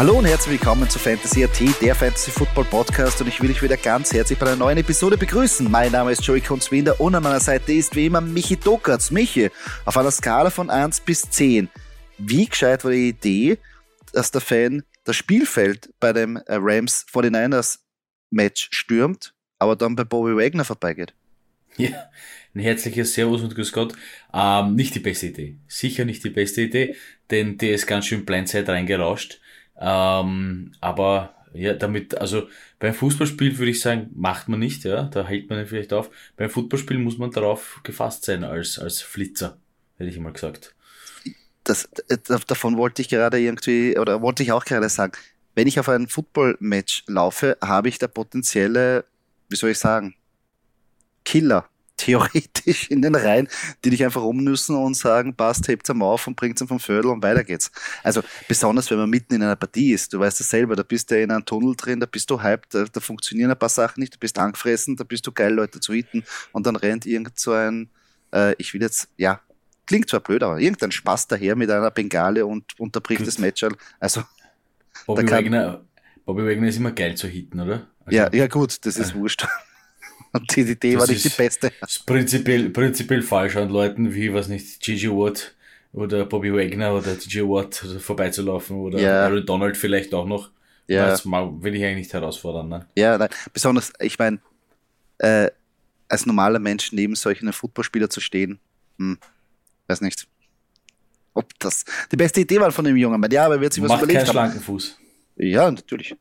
Hallo und herzlich willkommen zu Fantasy AT, der Fantasy Football Podcast, und ich will dich wieder ganz herzlich bei einer neuen Episode begrüßen. Mein Name ist Joey Kunzwinder und an meiner Seite ist wie immer Michi Dokatz. Michi, auf einer Skala von 1 bis 10, wie gescheit war die Idee, dass der Fan das Spielfeld bei dem Rams 49ers Match stürmt, aber dann bei Bobby Wagner vorbeigeht? Ja, ein herzliches Servus und Grüß Gott. Nicht die beste Idee. Sicher nicht die beste Idee, denn der ist ganz schön Blindside reingerauscht. Aber ja, damit, also beim Fußballspiel würde ich sagen, macht man nicht, ja, da hält man ihn vielleicht auf. Beim Footballspiel muss man darauf gefasst sein als Flitzer, hätte ich mal gesagt. Davon wollte ich gerade irgendwie, oder wollte ich auch gerade sagen, wenn ich auf ein Football-Match laufe, habe ich da potenzielle, wie soll ich sagen, Killer theoretisch in den Reihen, die dich einfach umnüssen und sagen, passt, hebt am auf und bringt vom Vödel und weiter geht's. Also besonders, wenn man mitten in einer Partie ist, du weißt es selber, da bist du in einem Tunnel drin, da bist du hyped, da funktionieren ein paar Sachen nicht, du bist angefressen, da bist du geil, Leute zu hitten, und dann rennt irgend so ein, ich will jetzt, ja, klingt zwar blöd, aber irgendein Spaß daher mit einer Bengale und unterbricht das Match. Also Bobby Wagner ist immer geil zu hitten, oder? Also, ja gut, das ist wurscht. Und die Idee war nicht die beste. Das ist prinzipiell falsch, an Leuten wie, was nicht, Gigi Watt oder Bobby Wagner oder DJ Watt vorbeizulaufen oder Aaron Donald vielleicht auch noch. Ja. Das will ich eigentlich nicht herausfordern. Ne? Ja, nein. Besonders, ich meine, als normaler Mensch neben solchen Footballspieler zu stehen, weiß nicht, ob das die beste Idee war von dem Jungen. Ja, aber er wird sich was überlegt haben. Macht keinen schlanken Fuß. Ja, natürlich.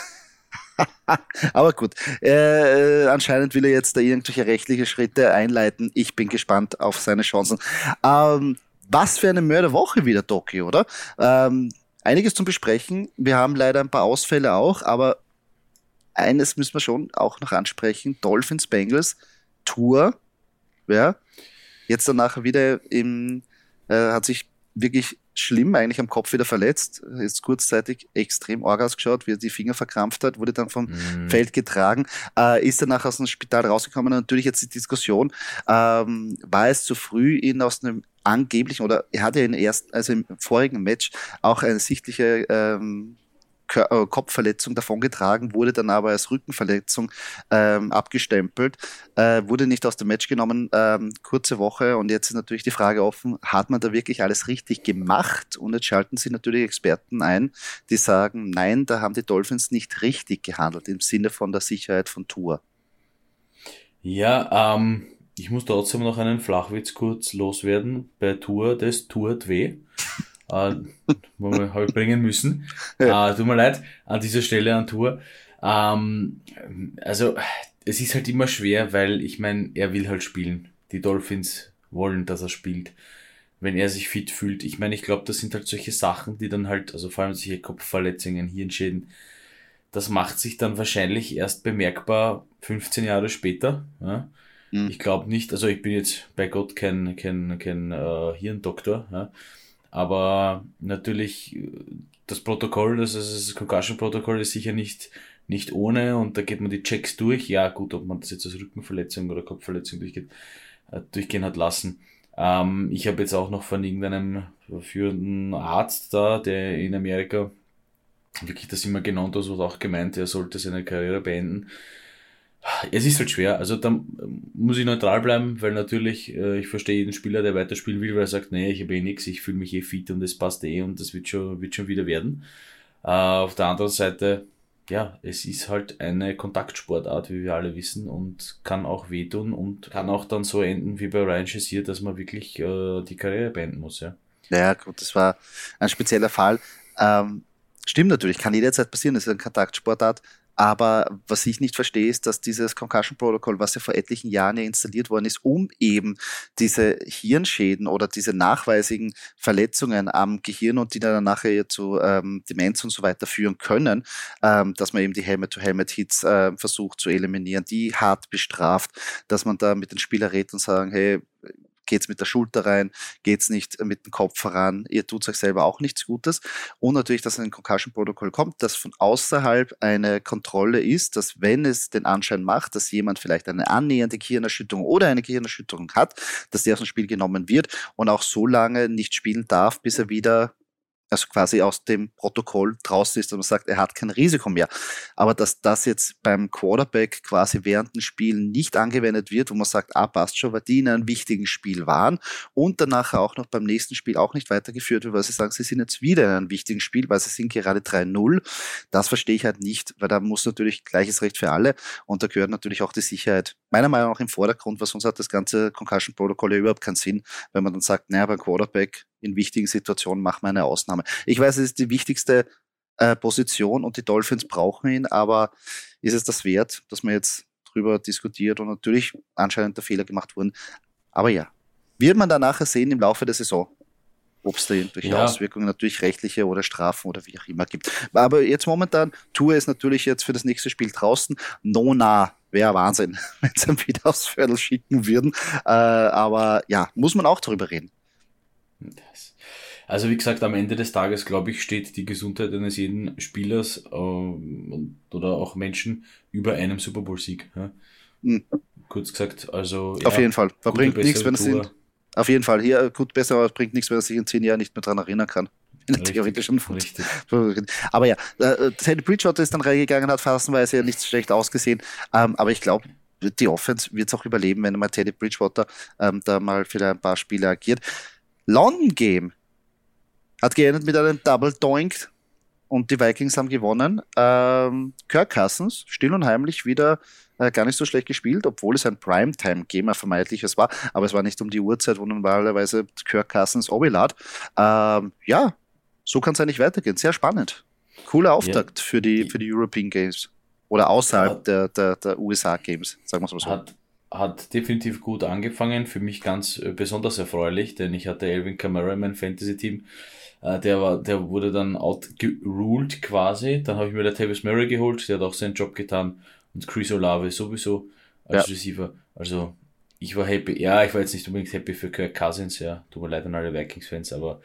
Aber gut, anscheinend will er jetzt da irgendwelche rechtliche Schritte einleiten. Ich bin gespannt auf seine Chancen. Was für eine Mörderwoche wieder, Doki, oder? Einiges zum Besprechen. Wir haben leider ein paar Ausfälle auch, aber eines müssen wir schon auch noch ansprechen. Dolphins, Bengals, Tour, ja, jetzt danach wieder hat sich wirklich schlimm eigentlich am Kopf wieder verletzt, ist kurzzeitig extrem arg ausgeschaut, wie er die Finger verkrampft hat, wurde dann vom Feld getragen, ist danach aus dem Spital rausgekommen. Und natürlich jetzt die Diskussion, war es zu früh, ihn aus einem angeblichen, oder er hatte im vorigen Match auch eine sichtliche Kopfverletzung davongetragen, wurde dann aber als Rückenverletzung abgestempelt, wurde nicht aus dem Match genommen, kurze Woche, und jetzt ist natürlich die Frage offen, hat man da wirklich alles richtig gemacht? Und jetzt schalten sich natürlich Experten ein, die sagen, nein, da haben die Dolphins nicht richtig gehandelt, im Sinne von der Sicherheit von Tua. Ja, ich muss trotzdem noch einen Flachwitz kurz loswerden, bei Tua, das tut weh. Habe ich bringen müssen. Tut mir leid, an dieser Stelle an Tour. Also, es ist halt immer schwer, weil ich meine, er will halt spielen. Die Dolphins wollen, dass er spielt. Wenn er sich fit fühlt. Ich meine, ich glaube, das sind halt solche Sachen, die dann halt, also vor allem solche Kopfverletzungen, Hirnschäden, das macht sich dann wahrscheinlich erst bemerkbar 15 Jahre später. Ja? Ich glaube nicht, also ich bin jetzt bei Gott kein Hirndoktor, ja? Aber natürlich, das Protokoll, das Concussion-Protokoll ist sicher nicht ohne, und da geht man die Checks durch. Ja gut, ob man das jetzt als Rückenverletzung oder Kopfverletzung durchgehen hat lassen. Ich habe jetzt auch noch von irgendeinem führenden Arzt da, der in Amerika wirklich das immer genannt hat, auch gemeint, er sollte seine Karriere beenden. Es ist halt schwer, also da muss ich neutral bleiben, weil natürlich, ich verstehe jeden Spieler, der weiterspielen will, weil er sagt, nee, ich habe nichts, ich fühle mich fit und es passt und das wird schon wieder werden. Auf der anderen Seite, ja, es ist halt eine Kontaktsportart, wie wir alle wissen, und kann auch wehtun und kann auch dann so enden wie bei Ryan Shazier, dass man wirklich die Karriere beenden muss, ja. Ja gut, das war ein spezieller Fall. Stimmt natürlich, kann jederzeit passieren, das ist eine Kontaktsportart. Aber was ich nicht verstehe, ist, dass dieses Concussion-Protokoll, was ja vor etlichen Jahren ja installiert worden ist, um eben diese Hirnschäden oder diese nachweisigen Verletzungen am Gehirn, und die dann nachher zu Demenz und so weiter führen können, dass man eben die Helmet-to-Helmet-Hits versucht zu eliminieren, die hart bestraft, dass man da mit den Spielern redet und sagen, hey, geht's mit der Schulter rein, geht's nicht mit dem Kopf voran, ihr tut euch selber auch nichts Gutes. Und natürlich, dass ein Concussion-Protokoll kommt, das von außerhalb eine Kontrolle ist, dass wenn es den Anschein macht, dass jemand vielleicht eine annähernde Gehirnerschütterung oder eine Gehirnerschütterung hat, dass der aus dem Spiel genommen wird und auch so lange nicht spielen darf, bis er wieder also quasi aus dem Protokoll draußen ist und man sagt, er hat kein Risiko mehr. Aber dass das jetzt beim Quarterback quasi während dem Spiel nicht angewendet wird, wo man sagt, passt schon, weil die in einem wichtigen Spiel waren und danach auch noch beim nächsten Spiel auch nicht weitergeführt wird, weil sie sagen, sie sind jetzt wieder in einem wichtigen Spiel, weil sie sind gerade 3-0. Das verstehe ich halt nicht, weil da muss natürlich gleiches Recht für alle und da gehört natürlich auch die Sicherheit meiner Meinung nach im Vordergrund, weil sonst hat das ganze Concussion-Protokoll ja überhaupt keinen Sinn, wenn man dann sagt, naja, beim Quarterback in wichtigen Situationen machen wir eine Ausnahme. Ich weiß, es ist die wichtigste Position und die Dolphins brauchen ihn, aber ist es das wert, dass man jetzt drüber diskutiert und natürlich anscheinend der Fehler gemacht wurden. Aber ja, wird man dann nachher sehen im Laufe der Saison, ob es da irgendwelche Auswirkungen, natürlich rechtliche oder Strafen oder wie auch immer gibt. Aber jetzt momentan, Tour ist natürlich jetzt für das nächste Spiel draußen. Nona wäre Wahnsinn, wenn sie ihn wieder aufs Viertel schicken würden. Aber ja, muss man auch drüber reden. Also wie gesagt, am Ende des Tages, glaube ich, steht die Gesundheit eines jeden Spielers oder auch Menschen über einem Super Bowl-Sieg. Ja? Kurz gesagt, also auf jeden Fall. Da bringt nichts, wenn es sind. Auf jeden Fall. Hier gut besser, aber es bringt nichts, wenn er sich in 10 Jahren nicht mehr dran erinnern kann. Theoretisch schon richtig. Aber ja, Teddy Bridgewater ist dann reingegangen, hat phasenweise ja nicht schlecht ausgesehen. Aber ich glaube, die Offense wird es auch überleben, wenn mal Teddy Bridgewater da mal für ein paar Spiele agiert. London Game hat geendet mit einem Double Doink und die Vikings haben gewonnen. Kirk Cousins, still und heimlich wieder gar nicht so schlecht gespielt, obwohl es ein Primetime-Game vermeintliches war, aber es war nicht um die Uhrzeit, wo normalerweise Kirk Cousins Obilad. Ja, so kann es eigentlich weitergehen. Sehr spannend. Cooler Auftakt für die European Games oder außerhalb der USA Games, sagen wir es mal so. Hat definitiv gut angefangen, für mich ganz besonders erfreulich, denn ich hatte Alvin Kamara in meinem Fantasy-Team. Der wurde dann outgeruled quasi. Dann habe ich mir Latavius Murray geholt, der hat auch seinen Job getan. Und Chris Olave sowieso als Receiver. Also ich war happy. Ja, ich war jetzt nicht unbedingt happy für Kirk Cousins, ja. Tut mir leid an alle Vikings-Fans, aber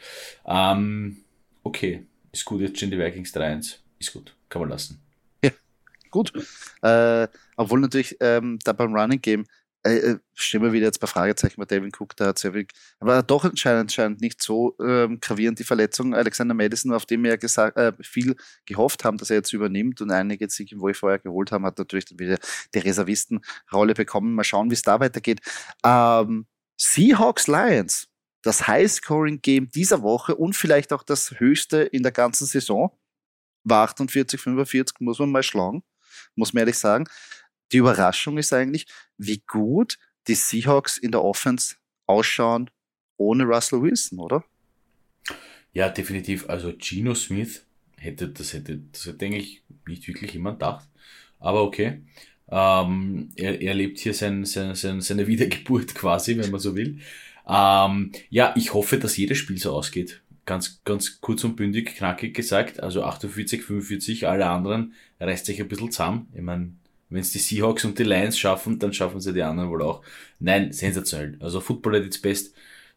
okay, ist gut. Jetzt stehen die Vikings 3-1. Ist gut, kann man lassen. Ja, gut. Obwohl natürlich da beim Running Game stehen wir wieder jetzt bei Fragezeichen bei Dalvin Cook, da hat es ja wirklich, aber doch anscheinend nicht so gravierend die Verletzung. Alexander Madison, auf dem wir ja viel gehofft haben, dass er jetzt übernimmt und einige Siege, wo wir vorher geholt haben, hat natürlich dann wieder die Reservistenrolle bekommen. Mal schauen, wie es da weitergeht. Seahawks Lions, das High-Scoring-Game dieser Woche und vielleicht auch das höchste in der ganzen Saison, war 48-45, muss man mal schlagen, muss man ehrlich sagen. Die Überraschung ist eigentlich, wie gut die Seahawks in der Offense ausschauen ohne Russell Wilson, oder? Ja, definitiv. Also Geno Smith hätte eigentlich nicht wirklich jemand gedacht. Aber okay. Er lebt hier seine Wiedergeburt quasi, wenn man so will. Ja, ich hoffe, dass jedes Spiel so ausgeht. Ganz kurz und bündig, knackig gesagt. Also 48-45, alle anderen reißt sich ein bisschen zusammen. Ich meine, wenn es die Seahawks und die Lions schaffen, dann schaffen sie die anderen wohl auch. Nein, sensationell. Also Football at its best.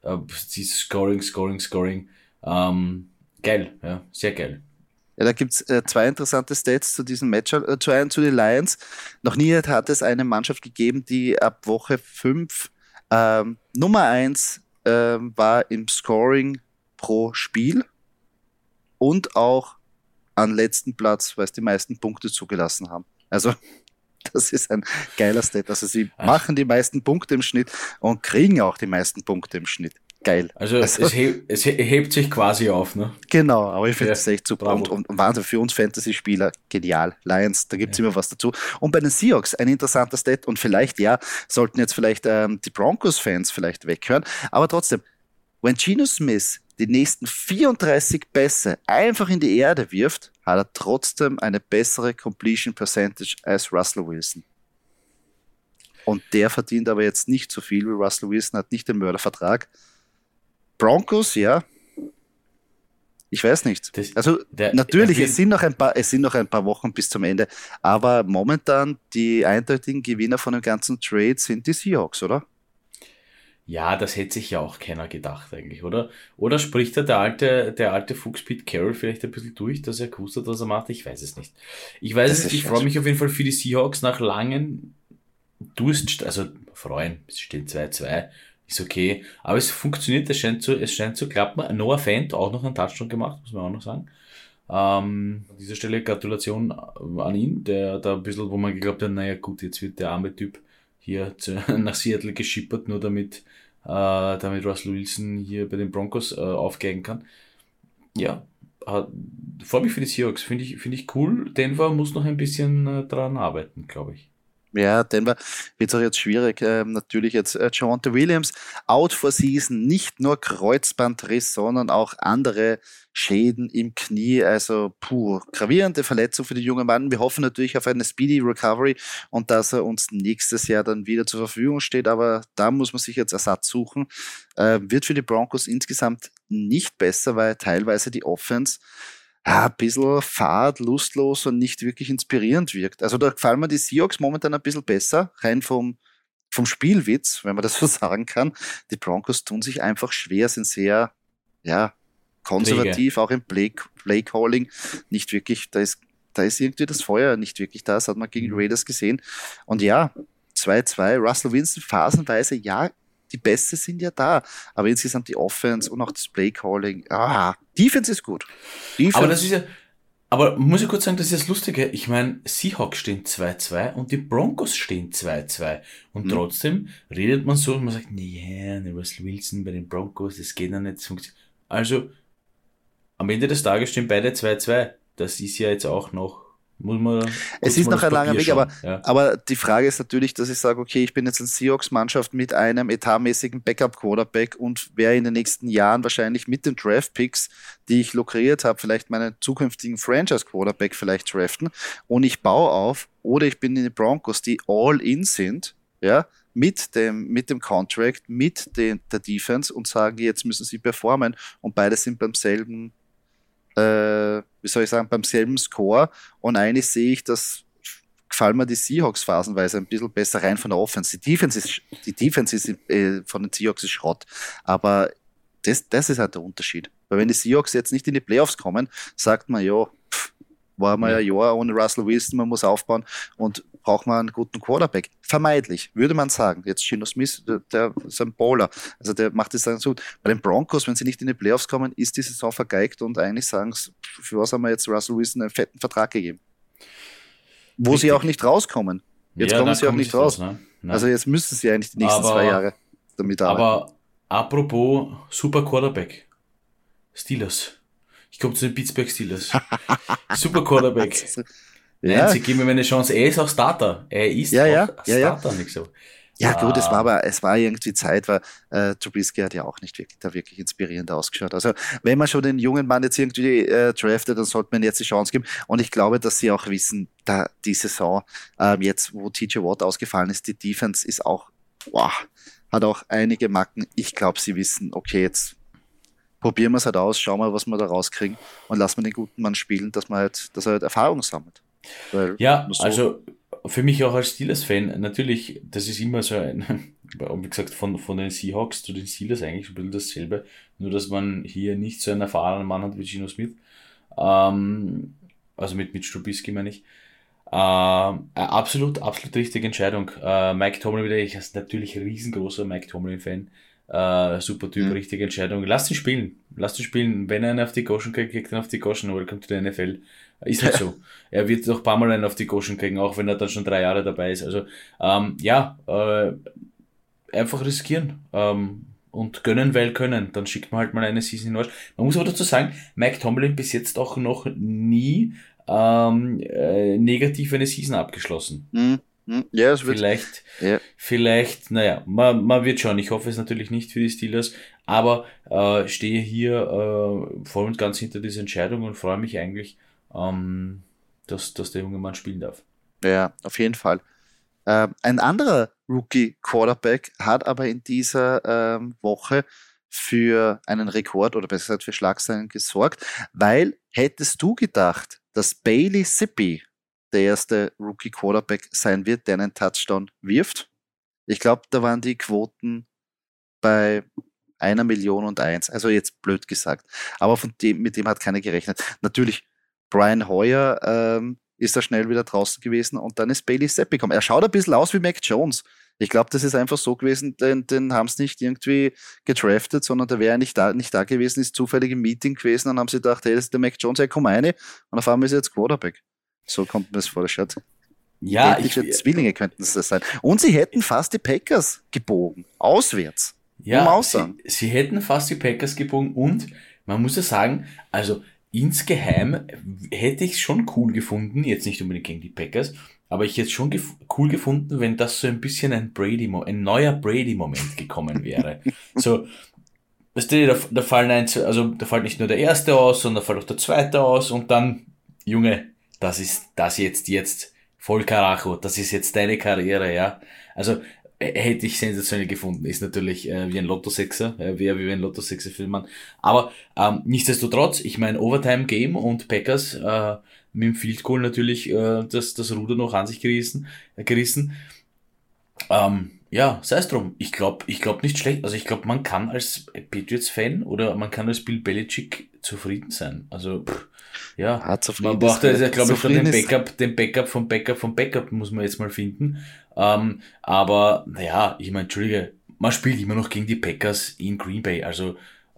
Scoring. Geil, ja, sehr geil. Ja, da gibt's 2 interessante Stats zu diesem Matchup. Zu den Lions. Noch nie hat es eine Mannschaft gegeben, die ab Woche 5 Nummer 1 war im Scoring pro Spiel und auch an letzten Platz, weil es die meisten Punkte zugelassen haben. Also das ist ein geiler Stat. Also sie machen die meisten Punkte im Schnitt und kriegen auch die meisten Punkte im Schnitt. Geil. Also es hebt sich quasi auf, ne? Genau, aber ich finde das echt super. Und Wahnsinn, für uns Fantasy-Spieler, genial. Lions, da gibt's immer was dazu. Und bei den Seahawks, ein interessanter Stat und vielleicht, sollten jetzt vielleicht die Broncos-Fans vielleicht weghören, aber trotzdem, wenn Geno Smith die nächsten 34 Pässe einfach in die Erde wirft, hat er trotzdem eine bessere Completion Percentage als Russell Wilson. Und der verdient aber jetzt nicht so viel wie Russell Wilson, hat nicht den Mördervertrag. Broncos, ja. Ich weiß nicht. Natürlich, es sind noch ein paar Wochen bis zum Ende, aber momentan die eindeutigen Gewinner von dem ganzen Trade sind die Seahawks, oder? Ja, das hätte sich ja auch keiner gedacht eigentlich, oder? Oder spricht da der alte Fuchs Pete Carroll vielleicht ein bisschen durch, dass er gewusst hat, was er macht? Ich weiß es nicht. Ich freue mich auf jeden Fall für die Seahawks nach langen Durst, also freuen, es steht 2-2, ist okay. Aber es funktioniert, es scheint zu klappen. Noah Fant auch noch einen Touchdown gemacht, muss man auch noch sagen. An dieser Stelle Gratulation an ihn, der da ein bisschen, wo man geglaubt hat, naja gut, jetzt wird der arme Typ hier nach Seattle geschippert, nur damit Russell Wilson hier bei den Broncos aufgeigen kann. Ja, freue mich für die Seahawks, finde ich cool. Denver muss noch ein bisschen dran arbeiten, glaube ich. Ja, Denver wird es auch jetzt schwierig. Natürlich jetzt Javonte Williams out for season, nicht nur Kreuzbandriss, sondern auch andere Schäden im Knie. Also gravierende Verletzung für den jungen Mann. Wir hoffen natürlich auf eine speedy Recovery und dass er uns nächstes Jahr dann wieder zur Verfügung steht. Aber da muss man sich jetzt Ersatz suchen. Wird für die Broncos insgesamt nicht besser, weil teilweise die Offense ein bisschen fad, lustlos und nicht wirklich inspirierend wirkt. Also da gefallen mir die Seahawks momentan ein bisschen besser, rein vom Spielwitz, wenn man das so sagen kann. Die Broncos tun sich einfach schwer, sind sehr, konservativ, auch im Play-Calling. Nicht wirklich, da ist irgendwie das Feuer nicht wirklich da, das hat man gegen die Raiders gesehen. Und 2-2, Russell Wilson phasenweise, die Beste sind ja da, aber insgesamt die Offense und auch das Play-Calling, Defense ist gut. Aber muss ich kurz sagen, das ist das Lustige. Ich meine, Seahawks stehen 2-2 und die Broncos stehen 2-2. Und trotzdem redet man so und man sagt, Russell Wilson bei den Broncos, das geht ja nicht. Also, am Ende des Tages stehen beide 2-2. Das ist ja jetzt auch noch, es ist noch ein langer Weg, schauen. aber die Frage ist natürlich, dass ich sage, okay, ich bin jetzt eine Seahawks-Mannschaft mit einem etatmäßigen Backup-Quarterback und werde in den nächsten Jahren wahrscheinlich mit den Draft-Picks, die ich lukriert habe, vielleicht meinen zukünftigen Franchise-Quarterback vielleicht draften und ich baue auf, oder ich bin in den Broncos, die all-in sind, mit dem Contract, mit der Defense und sagen, jetzt müssen sie performen und beide sind beim selben beim selben Score und eigentlich sehe ich, dass gefallen mir die Seahawks phasenweise ein bisschen besser rein von der Offense. Die Defense ist von den Seahawks ist Schrott, aber das ist halt der Unterschied. Weil wenn die Seahawks jetzt nicht in die Playoffs kommen, sagt man, war mal ein Jahr ohne Russell Wilson, man muss aufbauen und braucht man einen guten Quarterback. Vermeidlich, würde man sagen. Jetzt Geno Smith, der ist ein Bowler, also der macht das dann so. Bei den Broncos, wenn sie nicht in die Playoffs kommen, ist die Saison vergeigt und eigentlich sagen sie, für was haben wir jetzt Russell Wilson einen fetten Vertrag gegeben? Wo Richtig. Sie auch nicht rauskommen. Jetzt kommen sie auch nicht raus. Ne? Also jetzt müssen sie eigentlich die nächsten 2 Jahre damit arbeiten. Aber apropos super Quarterback. Steelers. Ich komme zu den Pittsburgh Steelers. Super Quarterback. Nein, sie geben mir eine Chance. Er ist auch Starter. Er ist Starter, nicht so. Ja, gut, es war irgendwie Zeit, weil Trubisky hat ja auch nicht wirklich inspirierend ausgeschaut. Also, wenn man schon den jungen Mann jetzt irgendwie draftet, dann sollte man jetzt die Chance geben. Und ich glaube, dass sie auch wissen, da die Saison, jetzt, wo TJ Watt ausgefallen ist, die Defense ist auch, hat auch einige Macken. Ich glaube, sie wissen, okay, jetzt probieren wir es halt aus, schauen wir, was wir da rauskriegen und lassen wir den guten Mann spielen, dass er halt Erfahrung sammelt. Also für mich auch als Steelers-Fan, natürlich, das ist immer so wie gesagt, von den Seahawks zu den Steelers eigentlich ein bisschen dasselbe, nur dass man hier nicht so einen erfahrenen Mann hat wie Geno Smith, also mit Trubisky meine ich. Absolut richtige Entscheidung. Mike Tomlin wieder, ich bin natürlich ein riesengroßer Mike Tomlin-Fan. Super Typ, richtige Entscheidung. Lass ihn spielen. Wenn er einen auf die Goschen kriegt, kriegt er einen auf die Goschen. Welcome to the NFL. Ist halt so. Er wird noch ein paar Mal einen auf die Goschen kriegen, auch wenn er dann schon 3 Jahre dabei ist. Also, einfach riskieren. Und gönnen, weil können. Dann schickt man halt mal eine Season in Arsch. Man muss aber dazu sagen, Mike Tomlin bis jetzt auch noch nie negativ eine Season abgeschlossen. Ja, es wird. Vielleicht, naja, man wird schauen. Ich hoffe es natürlich nicht für die Steelers, aber stehe hier voll und ganz hinter dieser Entscheidung und freue mich eigentlich, dass der junge Mann spielen darf. Ja, auf jeden Fall. Ein anderer Rookie-Quarterback hat aber in dieser Woche für einen Rekord oder besser gesagt für Schlagzeilen gesorgt, weil hättest du gedacht, dass Bailey Zappi der erste Rookie-Quarterback sein wird, der einen Touchdown wirft? Ich glaube, da waren die Quoten bei 1.000.001. Also jetzt blöd gesagt. Aber mit dem hat keiner gerechnet. Natürlich, Brian Hoyer ist da schnell wieder draußen gewesen und dann ist Bailey Zappi gekommen. Er schaut ein bisschen aus wie Mac Jones. Ich glaube, das ist einfach so gewesen, den haben sie nicht irgendwie gedraftet, sondern der wäre nicht da gewesen, ist zufällig im Meeting gewesen und haben sie gedacht, hey, das ist der Mac Jones, hey, komm rein. Und auf einmal ist er jetzt Quarterback. So kommt mir das vor, das schaut. Ja, Identische Zwillinge könnten es das sein. Und sie hätten fast die Packers gebogen. Auswärts. Muss man ja, auch sagen. sie hätten fast die Packers gebogen und man muss ja sagen, also insgeheim hätte ich es schon cool gefunden, jetzt nicht unbedingt gegen die Packers, aber ich hätte es schon cool gefunden, wenn das so ein bisschen ein neuer Brady-Moment gekommen wäre. So, weißt du, da fallen also da fällt nicht nur der erste aus, sondern da fällt auch der zweite aus und dann, Junge, das ist das jetzt voll Karacho, das ist jetzt deine Karriere, ja. Also hätte ich sensationell gefunden. Ist natürlich wie ein Lottosechser, wäre wie ein Lottosechser für den Mann. Aber nichtsdestotrotz, ich meine Overtime-Game und Packers mit dem Field Goal natürlich das Ruder noch an sich gerissen. Ja, sei es drum. Ich glaub nicht schlecht. Also ich glaube, man kann als Patriots-Fan oder man kann als Bill Belichick zufrieden sein. Also ja, man braucht ja, glaube ich, schon den Backup vom Backup muss man jetzt mal finden. Aber naja, ich meine, Entschuldige, man spielt immer noch gegen die Packers in Green Bay. Also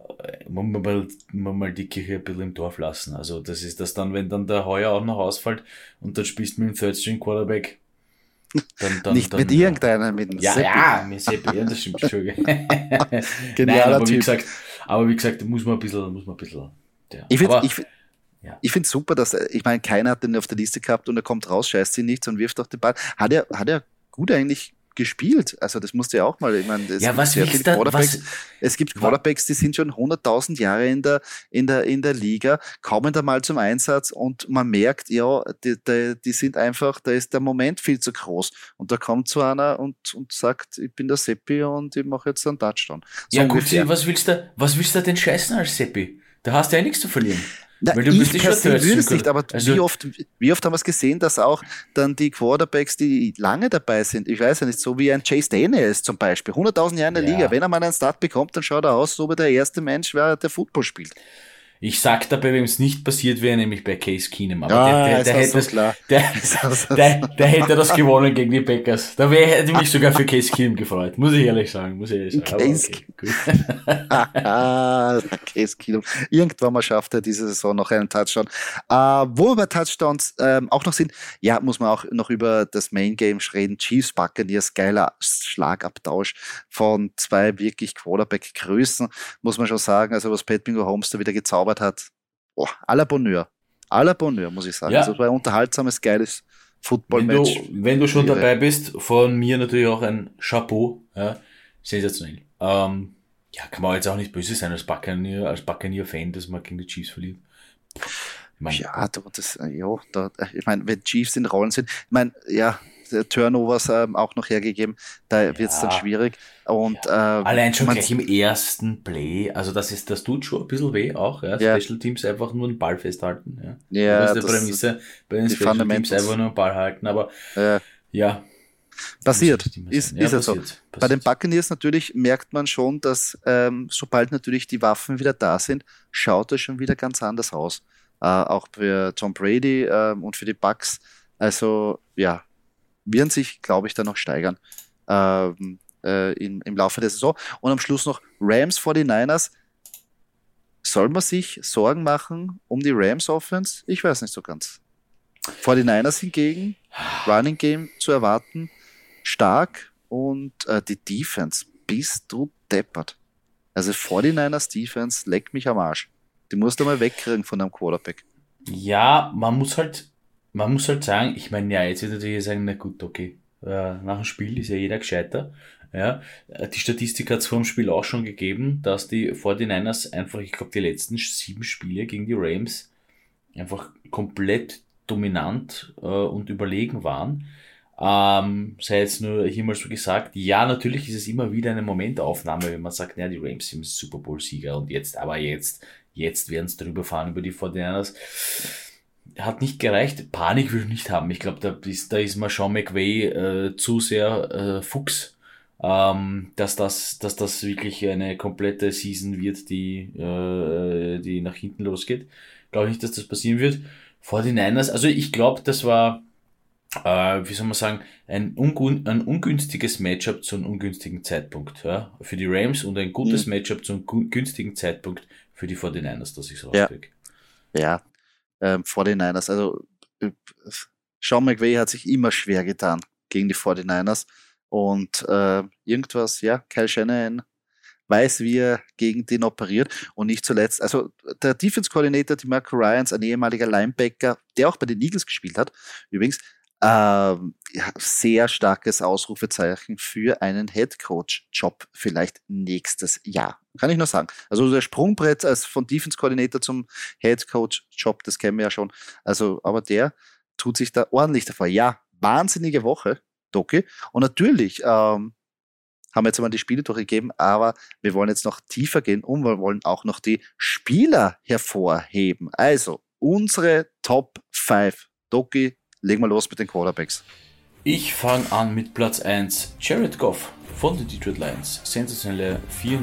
man mal die Kirche ein bisschen im Dorf lassen. Also das ist das dann, wenn dann der Heuer auch noch ausfällt und dann spielst du mit dem Third String Quarterback. Nicht mit irgendeiner, mit dem ja, Seppi. ja, mit Seppi, ja, das stimmt schon. Genialer Nein, Typ. wie gesagt, da muss man ein bisschen, ja. Ich finde Aber, ich, ja. ich find's super, dass, ich meine, keiner hat den auf der Liste gehabt und er kommt raus, scheißt ihn nichts und wirft auch den Ball. Hat er gut eigentlich gespielt? Also das musste ja auch mal, ich meine, es Ja, gibt was sehr willst viele du, Quarterbacks. Es gibt Quarterbacks, die sind schon 100.000 Jahre in der Liga, kommen da mal zum Einsatz und man merkt, ja, die sind einfach, da ist der Moment viel zu groß. Und da kommt so einer und sagt, ich bin der Seppi und ich mache jetzt einen Touchdown. So Ja, gut, ungefähr. was willst du denn scheißen als Seppi? Da hast du ja nichts zu verlieren. Na, Weil du ich bist per schon se würde es nicht, aber Also, wie oft haben wir es gesehen, dass auch dann die Quarterbacks, die lange dabei sind, ich weiß ja nicht, so wie ein Chase Daniels zum Beispiel, 100.000 Jahre in der Liga, ja. wenn er mal einen Start bekommt, dann schaut er aus, so wie der erste Mensch, der Football spielt. Ich sag dabei, wem es nicht passiert wäre, nämlich bei Case Keenum. Aber Ist der das hätte so klar. der, Ist das so der hätte das gewonnen gegen die Packers. Hätte mich sogar für Case Keenum gefreut. Muss ich ehrlich sagen. Aber Case okay, gut. Case Keenum. Irgendwann mal schafft er diese Saison noch einen Touchdown. Wo wir bei Touchdowns auch noch sind, ja, muss man auch noch über das Main Game reden. Chiefs Buccaneers, geiler Schlagabtausch von zwei wirklich Quarterback-Größen, muss man schon sagen. Also was Pat Mahomes da wieder gezaubert hat, à la Bonheur. À la Bonheur, muss ich sagen. Also es Ja, war ein unterhaltsames, geiles Football-Match. wenn du schon Irre. dabei bist, von mir natürlich auch ein Chapeau. Ja, sensationell. Ja, kann man jetzt auch nicht böse sein als Buccaneer-Fan, dass man gegen die Chiefs verliert. Ich mein, Ja, ich meine, wenn Chiefs in Rollen sind, ich meine, ja, Turnovers auch noch hergegeben, da wird es dann ja. schwierig. Und Allein schon man, gleich im ersten Play, also das tut schon ein bisschen weh auch, ja. ja, Special Teams einfach nur den Ball festhalten, ja. Das ja, ist die Prämisse, bei den die Special Teams Fundamentals einfach nur den Ball halten, aber äh, ja, muss ja passiert, nicht immer ist, sein. Ja, ist ja so. Bei den passiert. Buccaneers natürlich merkt man schon, dass sobald natürlich die Waffen wieder da sind, schaut es schon wieder ganz anders aus. Auch für Tom Brady und für die Bucks. Also ja, werden sich, glaube ich, dann noch steigern im Laufe der Saison. Und am Schluss noch Rams 49ers. Soll man sich Sorgen machen um die Rams Offense? Ich weiß nicht so ganz. 49ers hingegen, Running Game zu erwarten, stark und die Defense, bist du deppert. Also 49ers Defense, leck mich am Arsch. Die musst du mal wegkriegen von einem Quarterback. Ja, man muss halt sagen, ich meine, ja, jetzt wird natürlich sagen, na gut, okay, nach dem Spiel ist ja jeder gescheiter. Ja, die Statistik hat es vor dem Spiel auch schon gegeben, dass die 49ers einfach, ich glaube, die letzten 7 Spiele gegen die Rams einfach komplett dominant und überlegen waren. Sei jetzt nur hier mal so gesagt, ja, natürlich ist es immer wieder eine Momentaufnahme, wenn man sagt, naja, die Rams sind Super Bowl-Sieger und jetzt werden es drüber fahren über die 49ers. Hat nicht gereicht. Panik will ich nicht haben. Ich glaube, da ist mal Sean McVay zu sehr Fuchs, dass das wirklich eine komplette Season wird, die nach hinten losgeht. Glaube nicht, dass das passieren wird. 49ers, also ich glaube, das war wie soll man sagen, ein ungünstiges Matchup zu einem ungünstigen Zeitpunkt, ja, für die Rams und ein gutes Matchup zu einem günstigen Zeitpunkt für die 49ers, dass ich so rauskriege. Ja, 49ers, also Sean McVay hat sich immer schwer getan gegen die 49ers und irgendwas, Kyle Shanahan weiß, wie er gegen den operiert und nicht zuletzt, also der Defense-Coordinator, DeMarco Ryans, ein ehemaliger Linebacker, der auch bei den Eagles gespielt hat, übrigens, sehr starkes Ausrufezeichen für einen Headcoach-Job vielleicht nächstes Jahr. Kann ich nur sagen. Also der Sprungbrett als von Defense-Coordinator zum Headcoach-Job, das kennen wir ja schon. Also, aber der tut sich da ordentlich davor. Ja, wahnsinnige Woche, Doki. Und natürlich haben wir jetzt einmal die Spiele durchgegeben, aber wir wollen jetzt noch tiefer gehen und wir wollen auch noch die Spieler hervorheben. Also, unsere Top 5. Doki, legen wir los mit den Quarterbacks. Ich fange an mit Platz 1. Jared Goff von den Detroit Lions. Sensationelle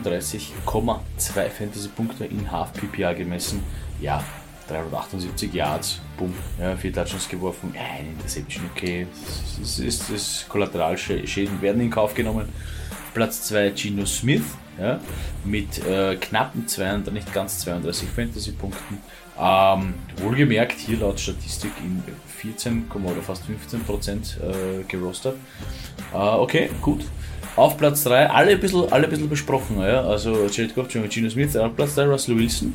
34,2 Fantasy-Punkte in Half-PPA gemessen. Ja, 378 Yards, bumm, 4 Touchdowns geworfen, eine Interception, okay. Das Kollateralschäden werden in Kauf genommen. Platz 2 Geno Smith, mit knappen nicht ganz 32 Fantasy-Punkten. Wohlgemerkt hier laut Statistik in 14, oder fast 15% gerostet. Okay, gut. Auf Platz 3, alle ein bisschen besprochen, also Jared Goff, Geno Smith, auf Platz 3 Russell Wilson,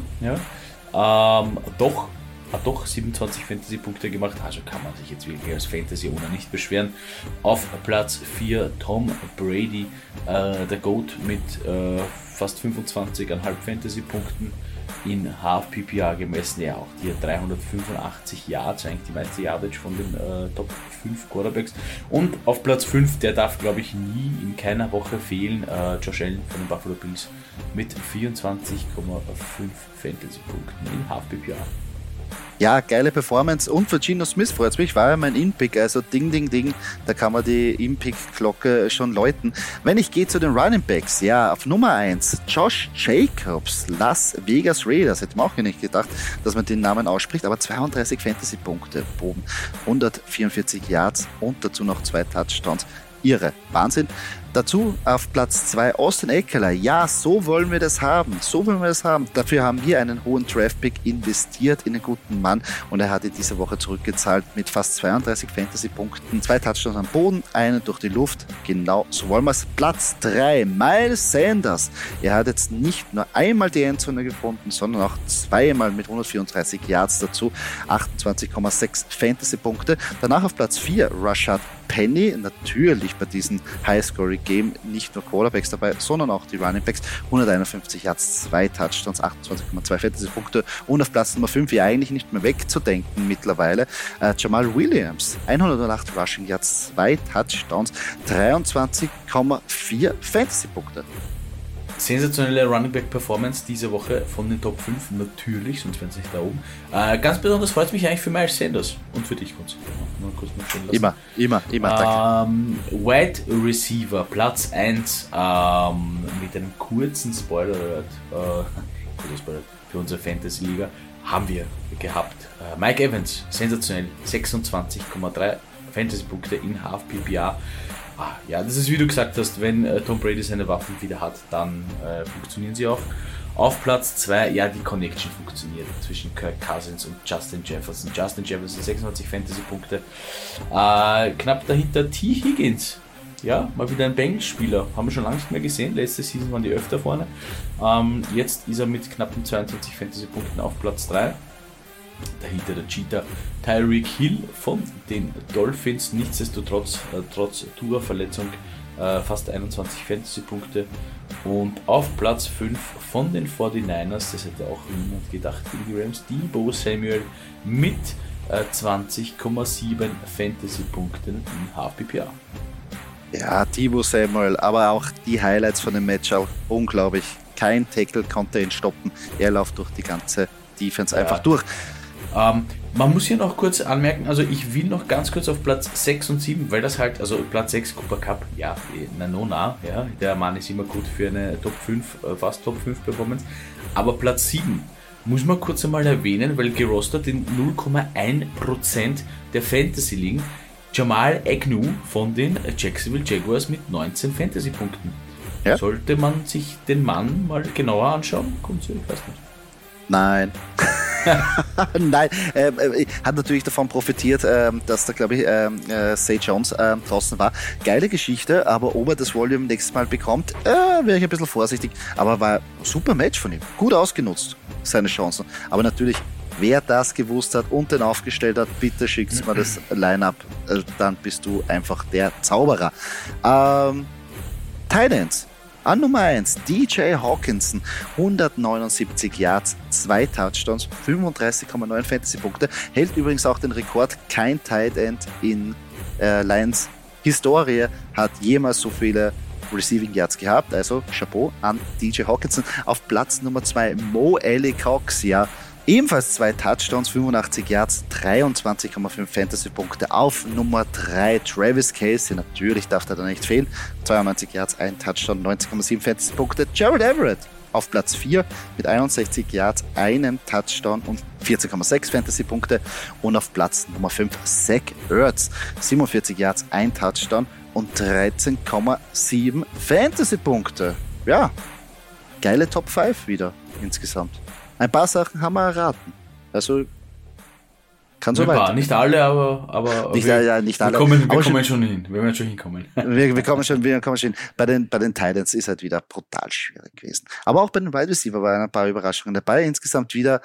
hat doch 27 Fantasy-Punkte gemacht, also kann man sich jetzt wirklich als Fantasy-Owner nicht beschweren. Auf Platz 4 Tom Brady, der GOAT mit fast 25,5 Fantasy-Punkten in Half-PPA gemessen, ja auch die 385 Yards, eigentlich die meiste Yardage von den Top 5 Quarterbacks. Und auf Platz 5, der darf glaube ich nie in keiner Woche fehlen, Josh Allen von den Buffalo Bills mit 24,5 Fantasy-Punkten in Half-PPA. Ja, geile Performance und für Geno Smith freut mich, war ja mein In-Pick, also ding, ding, ding, da kann man die In-Pick-Glocke schon läuten. Wenn ich gehe zu den Running Backs, auf Nummer 1, Josh Jacobs, Las Vegas Raiders, hätte man auch nicht gedacht, dass man den Namen ausspricht, aber 32 Fantasy-Punkte, Boden, 144 Yards und dazu noch 2 Touchdowns. Irre, Wahnsinn. Dazu auf Platz 2 Austin Ekeler. Ja, so wollen wir das haben. Dafür haben wir einen hohen Draftpick investiert in einen guten Mann und er hat in dieser Woche zurückgezahlt mit fast 32 Fantasy-Punkten, 2 Touchdowns am Boden, einen durch die Luft. Genau, so wollen wir es. Platz 3 Miles Sanders. Er hat jetzt nicht nur einmal die Endzone gefunden, sondern auch zweimal mit 134 Yards dazu, 28,6 Fantasy-Punkte. Danach auf Platz 4 Rashad Penny, natürlich bei diesem High-Scoring-Game nicht nur Quarterbacks dabei, sondern auch die Running Backs, 151 Yards, 2 Touchdowns, 28,2 Fantasy-Punkte und auf Platz Nummer 5, wie eigentlich nicht mehr wegzudenken mittlerweile, Jamal Williams, 108 Rushing Yards, 2 Touchdowns, 23,4 Fantasy-Punkte. Sensationelle Running Back Performance diese Woche von den Top 5, natürlich, sonst wären sie nicht da oben. Ganz besonders freut es mich eigentlich für Miles Sanders und für dich kurz. Mal kurz noch stehen lassen. Immer, danke. Wide Receiver, Platz 1, mit einem kurzen Spoiler für unsere Fantasy-Liga, haben wir gehabt. Mike Evans, sensationell, 26,3 Fantasy-Punkte in Half-PPA. Ja, das ist wie du gesagt hast, wenn Tom Brady seine Waffen wieder hat, dann funktionieren sie auch. Auf Platz 2, die Connection funktioniert zwischen Kirk Cousins und Justin Jefferson. Justin Jefferson 26 Fantasy-Punkte. Knapp dahinter T. Higgins. Ja, mal wieder ein Bengals-Spieler. Haben wir schon lange nicht mehr gesehen. Letzte Season waren die öfter vorne. Jetzt ist er mit knappen 22 Fantasy-Punkten auf Platz 3. Dahinter der Cheetah Tyreek Hill von den Dolphins, nichtsdestotrotz trotz Tour-Verletzung fast 21 Fantasy-Punkte. Und auf Platz 5 von den 49ers, das hätte auch niemand gedacht, gegen die Rams, Deebo Samuel mit 20,7 Fantasy-Punkten in Half-PPA. Ja, Deebo Samuel, aber auch die Highlights von dem Match auch unglaublich. Kein Tackle konnte ihn stoppen. Er läuft durch die ganze Defense einfach durch. Man muss hier noch kurz anmerken, also ich will noch ganz kurz auf Platz 6 und 7, weil das halt, also Platz 6 Cooper Cup, der Mann ist immer gut für eine Top 5, fast Top 5 Performance, aber Platz 7 muss man kurz einmal erwähnen, weil gerostet in 0,1% der Fantasy-Ligen Jamal Agnew von den Jacksonville Jaguars mit 19 Fantasy-Punkten. Ja? Sollte man sich den Mann mal genauer anschauen? Kommt ich weiß nicht. Nein. Nein, hat natürlich davon profitiert, dass da, glaube ich, Zay Jones draußen war. Geile Geschichte, aber ob er das Volume nächstes Mal bekommt, wäre ich ein bisschen vorsichtig. Aber war ein super Match von ihm. Gut ausgenutzt, seine Chancen. Aber natürlich, wer das gewusst hat und den aufgestellt hat, bitte schickt mir das Line-Up, dann bist du einfach der Zauberer. Tight Ends. An Nummer 1, DJ Hawkinson, 179 Yards, 2 Touchdowns, 35,9 Fantasy-Punkte. Hält übrigens auch den Rekord. Kein Tight End in Lions Historie hat jemals so viele Receiving Yards gehabt. Also Chapeau an DJ Hawkinson. Auf Platz Nummer 2 Mo Alie-Cox, ja. Ebenfalls 2 Touchdowns, 85 Yards, 23,5 Fantasy-Punkte. Auf Nummer 3 Travis Kelce, natürlich darf der da nicht fehlen. 92 Yards, 1 Touchdown, 19,7 Fantasy-Punkte. Jared Everett auf Platz 4 mit 61 Yards, 1 Touchdown und 14,6 Fantasy-Punkte. Und auf Platz Nummer 5 Zach Ertz, 47 Yards, 1 Touchdown und 13,7 Fantasy-Punkte. Ja, geile Top 5 wieder insgesamt. Ein paar Sachen haben wir erraten. Also kann so weiter. Nicht alle, aber nicht alle. Wir kommen schon hin. Wir werden schon hinkommen. wir kommen schon hin. Bei den Titans ist halt wieder brutal schwierig gewesen. Aber auch bei den Wide Receiver waren ein paar Überraschungen dabei. Insgesamt wieder,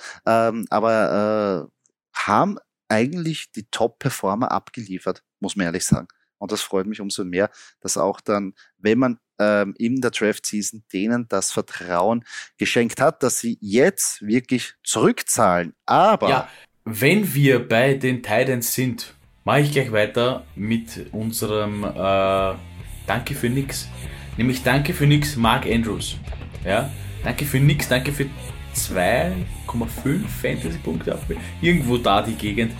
aber haben eigentlich die Top-Performer abgeliefert, muss man ehrlich sagen. Und das freut mich umso mehr, dass auch dann, wenn man in der Draft-Season denen das Vertrauen geschenkt hat, dass sie jetzt wirklich zurückzahlen. Aber ja, wenn wir bei den Titans sind, mache ich gleich weiter mit unserem Danke für nix. Nämlich Danke für nix, Mark Andrews. Ja, Danke für nix, danke für 2,5 Fantasy-Punkte. Irgendwo da die Gegend.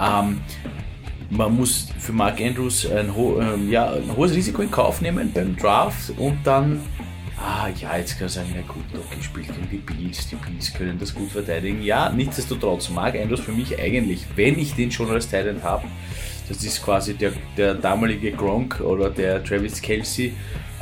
Man muss für Mark Andrews ein hohes Risiko in Kauf nehmen beim Draft und dann, jetzt kann ich sagen, na gut, okay, spielt gegen die Bills können das gut verteidigen. Ja, nichtsdestotrotz, Mark Andrews für mich eigentlich, wenn ich den schon als Tight End habe, das ist quasi der damalige Gronk oder der Travis Kelce,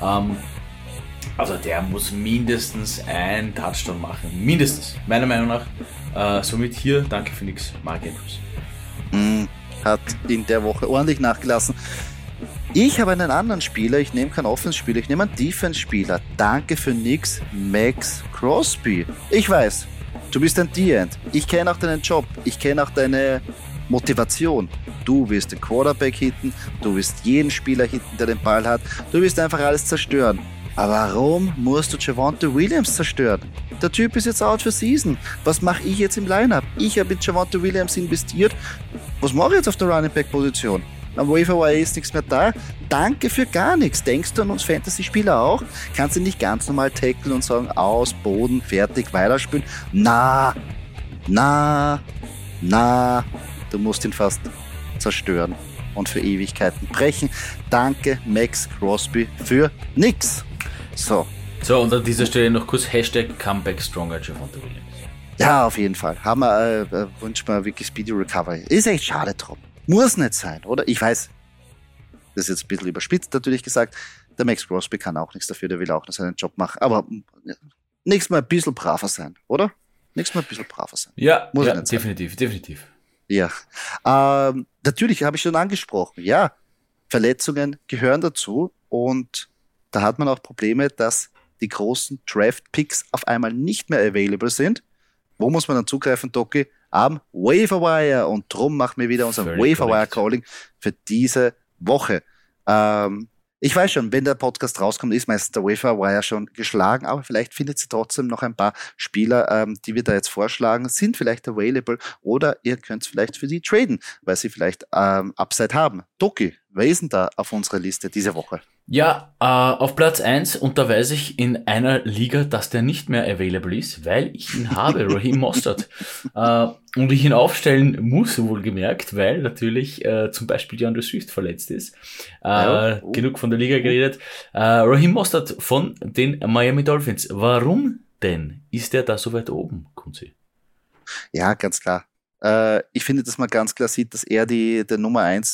also der muss mindestens einen Touchdown machen, mindestens, meiner Meinung nach. Somit hier, danke für nix, Mark Andrews. Hat in der Woche ordentlich nachgelassen. Ich habe einen anderen Spieler, ich nehme keinen Offense-Spieler, ich nehme einen Defense-Spieler. Danke für nix, Max Crosby. Ich weiß, du bist ein D-End. Ich kenne auch deinen Job, ich kenne auch deine Motivation. Du wirst den Quarterback hitten, du wirst jeden Spieler hitten, der den Ball hat. Du wirst einfach alles zerstören. Aber warum musst du Javonte Williams zerstören? Der Typ ist jetzt out for season. Was mache ich jetzt im Lineup? Ich habe mit Javonte Williams investiert. Was mache ich jetzt auf der Running Back Position? Am Waiver Wire ist nichts mehr da. Danke für gar nichts. Denkst du an uns Fantasy-Spieler auch? Kannst du nicht ganz normal tackeln und sagen, aus, Boden, fertig, weiterspielen? Na. Du musst ihn fast zerstören und für Ewigkeiten brechen. Danke, Max Crosby, für nix. So, und an dieser Stelle noch kurz Hashtag Comeback Stronger Javonte Williams. Ja, auf jeden Fall. Haben wir, wünschen wir wirklich Speedy Recovery. Ist echt schade drum. Muss nicht sein, oder? Ich weiß, das ist jetzt ein bisschen überspitzt natürlich gesagt. Der Max Crosby kann auch nichts dafür, der will auch noch seinen Job machen. Aber nächstes Mal ein bisschen braver sein, oder? Ja, muss ja, definitiv. Ja. Natürlich habe ich schon angesprochen. Ja, Verletzungen gehören dazu und da hat man auch Probleme, dass die großen Draft-Picks auf einmal nicht mehr available sind. Wo muss man dann zugreifen, Doki? Am Waiver Wire. Und drum machen wir wieder unser Waiver Wire Calling für diese Woche. Ich weiß schon, wenn der Podcast rauskommt, ist meistens der Waiver Wire schon geschlagen, aber vielleicht findet ihr trotzdem noch ein paar Spieler, die wir da jetzt vorschlagen, sind vielleicht available oder ihr könnt vielleicht für die traden, weil sie vielleicht Upside haben. Doki, wer ist denn da auf unserer Liste diese Woche? Ja, auf Platz 1, und da weiß ich in einer Liga, dass der nicht mehr available ist, weil ich ihn habe, Raheem Mostert. Und ich ihn aufstellen muss, wohlgemerkt, weil natürlich zum Beispiel DeAndre Swift verletzt ist. Genug von der Liga geredet. Raheem Mostert von den Miami Dolphins. Warum denn ist der da so weit oben, Kunzi? Ja, ganz klar. Ich finde, dass man ganz klar sieht, dass er der Nummer 1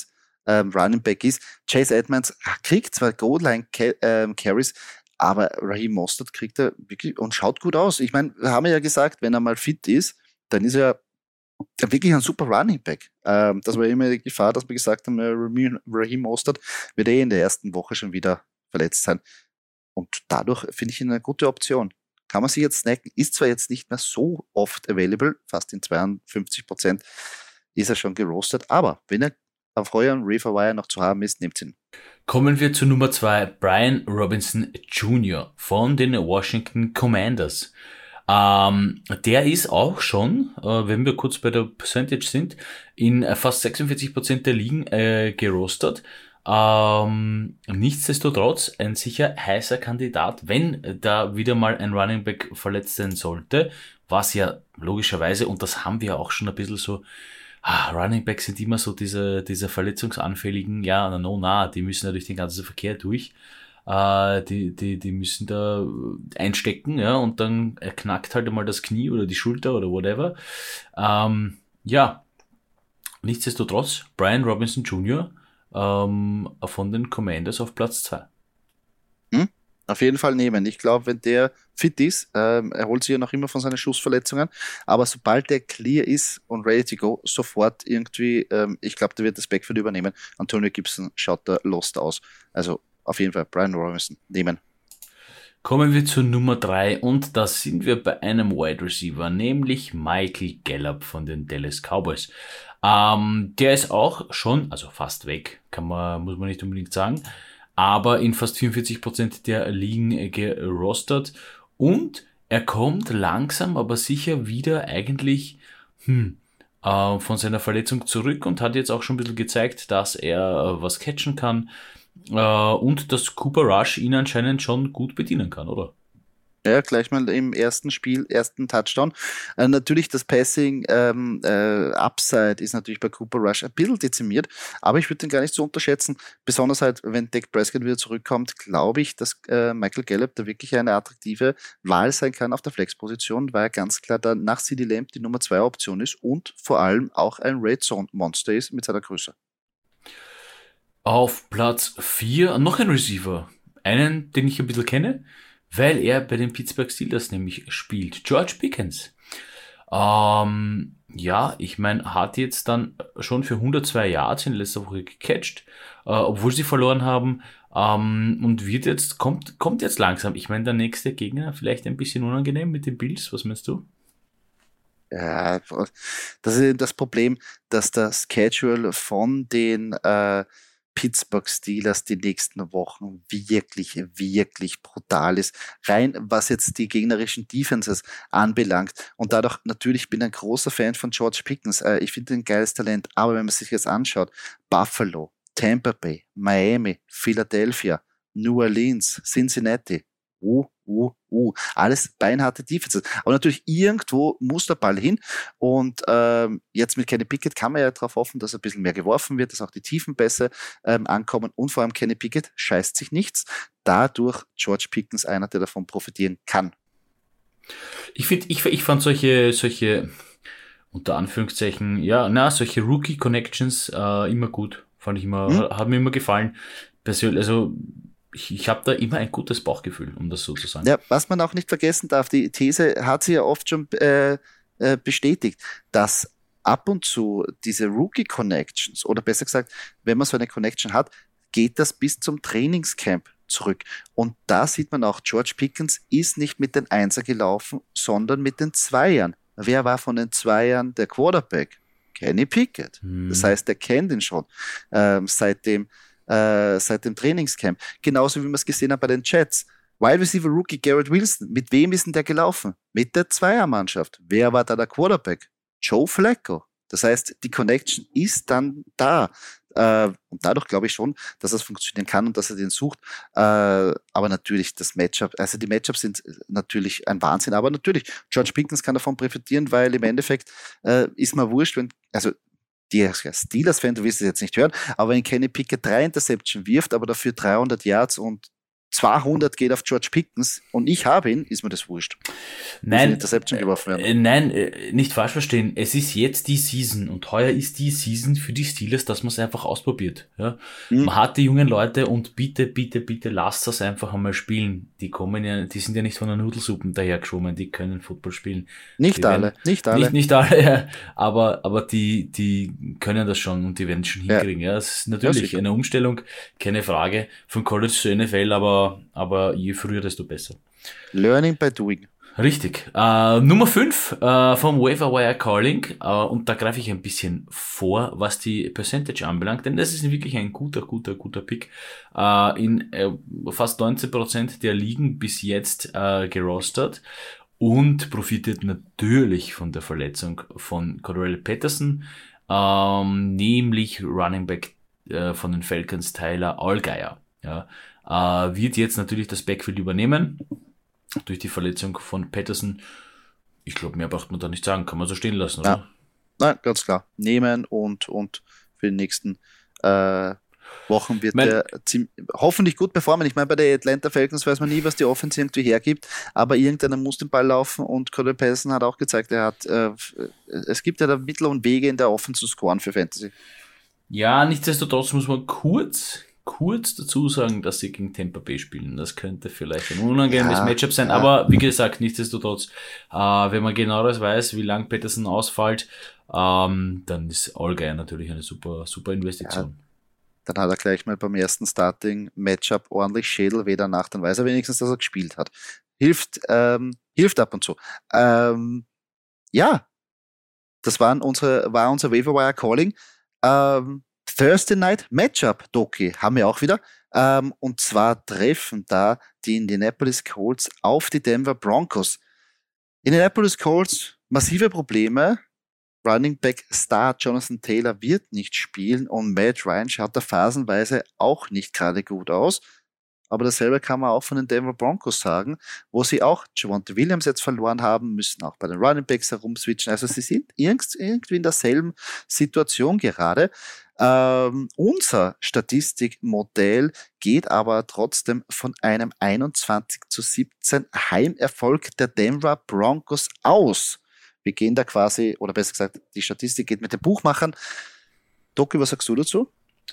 Running Back ist. Chase Edmonds kriegt zwar Goal-Line-Carries, aber Raheem Mostert kriegt er wirklich und schaut gut aus. Ich meine, wir haben ja gesagt, wenn er mal fit ist, dann ist er wirklich ein super Running Back. Das war immer die Gefahr, dass wir gesagt haben, Raheem Mostert wird in der ersten Woche schon wieder verletzt sein. Und dadurch finde ich ihn eine gute Option. Kann man sich jetzt snacken, ist zwar jetzt nicht mehr so oft available, fast in 52% ist er schon gerostet, aber wenn er auf euren Reaver noch zu haben ist, nehmt ihn. Kommen wir zu Nummer 2, Brian Robinson Jr. von den Washington Commanders. Der ist auch schon, wenn wir kurz bei der Percentage sind, in fast 46% der Ligen gerostet. Nichtsdestotrotz ein sicher heißer Kandidat, wenn da wieder mal ein Running Back verletzt sein sollte, was ja logischerweise, und das haben wir auch schon ein bisschen so, Running Backs sind immer so diese verletzungsanfälligen, die müssen ja durch den ganzen Verkehr durch. Die müssen da einstecken, ja, und dann knackt halt einmal das Knie oder die Schulter oder whatever. Nichtsdestotrotz, Brian Robinson Jr. Von den Commanders auf Platz 2. Auf jeden Fall nehmen. Ich glaube, wenn der fit ist, er holt sich ja noch immer von seinen Schussverletzungen, aber sobald der clear ist und ready to go, sofort irgendwie, ich glaube, der wird das Backfield übernehmen. Antonio Gibson schaut da lost aus. Also auf jeden Fall Brian Robinson nehmen. Kommen wir zur Nummer 3 und da sind wir bei einem Wide Receiver, nämlich Michael Gallup von den Dallas Cowboys. Der ist auch schon, also fast weg, muss man nicht unbedingt sagen, aber in fast 44% der Ligen gerostet und er kommt langsam, aber sicher wieder eigentlich von seiner Verletzung zurück und hat jetzt auch schon ein bisschen gezeigt, dass er was catchen kann und dass Cooper Rush ihn anscheinend schon gut bedienen kann, oder? Ja, gleich mal im ersten Spiel, ersten Touchdown. Natürlich das Passing Upside ist natürlich bei Cooper Rush ein bisschen dezimiert, aber ich würde den gar nicht so unterschätzen. Besonders halt, wenn Dak Prescott wieder zurückkommt, glaube ich, dass Michael Gallup da wirklich eine attraktive Wahl sein kann auf der Flex-Position, weil er ganz klar da nach CeeDee Lamb die Nummer 2 Option ist und vor allem auch ein Red Zone Monster ist mit seiner Größe. Auf Platz 4 noch ein Receiver. Einen, den ich ein bisschen kenne, weil er bei den Pittsburgh Steelers nämlich spielt. George Pickens. Ich meine, hat jetzt dann schon für 102 Yards in letzter Woche gecatcht, obwohl sie verloren haben. Und kommt jetzt langsam. Ich meine, der nächste Gegner vielleicht ein bisschen unangenehm mit den Bills. Was meinst du? Ja, das ist eben das Problem, dass der Schedule von den Pittsburgh Steelers die nächsten Wochen wirklich, wirklich brutal ist. Rein, was jetzt die gegnerischen Defenses anbelangt. Und dadurch, natürlich bin ich ein großer Fan von George Pickens. Ich finde ihn ein geiles Talent. Aber wenn man sich jetzt anschaut, Buffalo, Tampa Bay, Miami, Philadelphia, New Orleans, Cincinnati, alles beinharte Defenses. Aber natürlich irgendwo muss der Ball hin und jetzt mit Kenny Pickett kann man ja darauf hoffen, dass ein bisschen mehr geworfen wird, dass auch die Tiefenpässe ankommen und vor allem Kenny Pickett scheißt sich nichts. Dadurch George Pickens einer, der davon profitieren kann. Ich fand solche unter Anführungszeichen, solche Rookie-Connections immer gut. Fand ich immer, hat mir immer gefallen. Persönlich, also ich habe da immer ein gutes Bauchgefühl, um das so zu sagen. Ja, was man auch nicht vergessen darf, die These hat sie ja oft schon bestätigt, dass ab und zu diese Rookie-Connections, oder besser gesagt, wenn man so eine Connection hat, geht das bis zum Trainingscamp zurück. Und da sieht man auch, George Pickens ist nicht mit den Einser gelaufen, sondern mit den Zweiern. Wer war von den Zweiern der Quarterback? Kenny Pickett. Das heißt, er kennt ihn schon seit dem Trainingscamp. Genauso wie wir es gesehen haben bei den Jets. Wide Receiver Rookie Garrett Wilson. Mit wem ist denn der gelaufen? Mit der Zweiermannschaft. Wer war da der Quarterback? Joe Flacco. Das heißt, die Connection ist dann da. Und dadurch glaube ich schon, dass das funktionieren kann und dass er den sucht. Aber natürlich das Matchup, also die Matchups sind natürlich ein Wahnsinn. Aber natürlich, George Pickens kann davon profitieren, weil im Endeffekt ist mir wurscht, die Steelers-Fan, du wirst es jetzt nicht hören, aber wenn Kenny Pickett 3 Interception wirft, aber dafür 300 Yards und 200 geht auf George Pickens und ich habe ihn, ist mir das wurscht. Nein, Interception geworfen werden. nein, nicht falsch verstehen. Es ist jetzt die Season und heuer ist die Season für die Steelers, dass man es einfach ausprobiert. Ja? Man hat die jungen Leute und bitte, bitte, bitte lasst das einfach einmal spielen. Die sind ja nicht von der Nudelsuppe dahergeschwommen, die können Football spielen. Nicht alle. Nicht alle, ja. aber die können das schon und die werden es schon hinkriegen. Ja, es ist natürlich eine Umstellung, keine Frage, von College zu NFL, aber je früher, desto besser. Learning by doing. Richtig. Nummer 5 vom Waiver Wire Calling und da greife ich ein bisschen vor, was die Percentage anbelangt, denn das ist wirklich ein guter Pick. In fast 19% der Ligen bis jetzt gerostert und profitiert natürlich von der Verletzung von Cordarrelle Patterson, nämlich Running Back von den Falcons Tyler Allgeier. Ja, wird jetzt natürlich das Backfield übernehmen durch die Verletzung von Patterson. Ich glaube, mehr braucht man da nicht sagen. Kann man so stehen lassen, oder? Ja. Nein, ganz klar. Nehmen und für die nächsten Wochen wird er hoffentlich gut performen. Ich meine, bei den Atlanta Falcons weiß man nie, was die Offense irgendwie hergibt, aber irgendeiner muss den Ball laufen und Cordarrelle Patterson hat auch gezeigt, es gibt ja da Mittel und Wege in der Offense zu scoren für Fantasy. Ja, nichtsdestotrotz muss man kurz dazu sagen, dass sie gegen Tampa Bay spielen. Das könnte vielleicht ein unangenehmes Matchup sein, aber wie gesagt, nichtsdestotrotz, wenn man genaueres weiß, wie lang Patterson ausfällt, dann ist Allgeier natürlich eine super Investition. Ja, dann hat er gleich mal beim ersten Starting-Matchup ordentlich Schädel weder nach, dann weiß er wenigstens, dass er gespielt hat. Hilft ab und zu. Ja, das war unser Waiver Wire Calling. Thursday Night Matchup, Doki, haben wir auch wieder. Und zwar treffen da die Indianapolis Colts auf die Denver Broncos. Indianapolis Colts, massive Probleme. Running Back Star Jonathan Taylor wird nicht spielen und Matt Ryan schaut da phasenweise auch nicht gerade gut aus. Aber dasselbe kann man auch von den Denver Broncos sagen, wo sie auch Javonte Williams jetzt verloren haben, müssen auch bei den Running Backs herumswitchen. Also sie sind irgendwie in derselben Situation gerade. Unser Statistikmodell geht aber trotzdem von einem 21:17 Heimerfolg der Denver Broncos aus. Wir gehen da quasi, oder besser gesagt, die Statistik geht mit den Buchmachern. Doki, was sagst du dazu?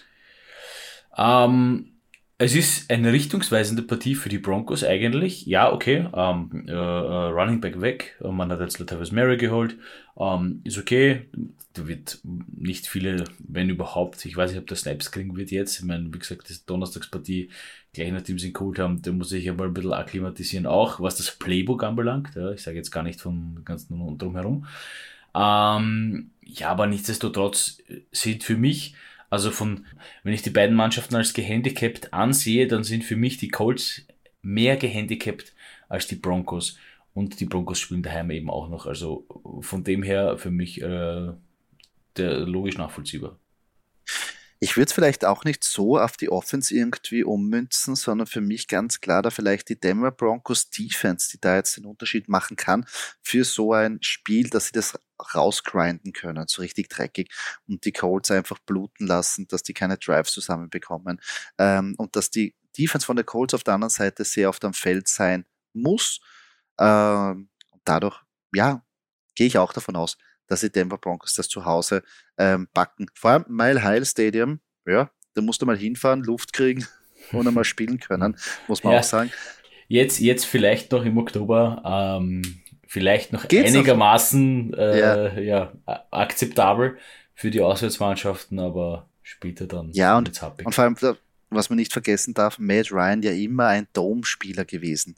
Es ist eine richtungsweisende Partie für die Broncos eigentlich. Ja, okay, Running Back weg. Man hat jetzt Latavius Murray geholt. Ist okay. Da wird nicht viele, wenn überhaupt, ich weiß nicht, ob der Snaps kriegen wird jetzt. Ich meine, wie gesagt, das Donnerstagspartie gleich nachdem sie ihn geholt haben, da muss ich ja mal ein bisschen akklimatisieren, auch was das Playbook anbelangt. Ja, ich sage jetzt gar nicht vom ganzen drumherum. Ja, aber nichtsdestotrotz sind für mich, also wenn ich die beiden Mannschaften als gehandicapt ansehe, dann sind für mich die Colts mehr gehandicapt als die Broncos. Und die Broncos spielen daheim eben auch noch. Also von dem her für mich der logisch nachvollziehbar. Ich würde es vielleicht auch nicht so auf die Offense irgendwie ummünzen, sondern für mich ganz klar da vielleicht die Denver Broncos Defense, die da jetzt den Unterschied machen kann für so ein Spiel, dass sie das rausgrinden können, so richtig dreckig und die Colts einfach bluten lassen, dass die keine Drives zusammenbekommen und dass die Defense von der Colts auf der anderen Seite sehr oft am Feld sein muss. Und dadurch, ja, gehe ich auch davon aus, dass die Denver Broncos das zu Hause backen. Vor allem Mile High Stadium, ja, da musst du mal hinfahren, Luft kriegen und einmal spielen können, muss man auch sagen. Jetzt vielleicht noch im Oktober, vielleicht noch geht's einigermaßen akzeptabel für die Auswärtsmannschaften, aber später dann. Ja, und vor allem, was man nicht vergessen darf, Matt Ryan ja immer ein Dome-Spieler gewesen.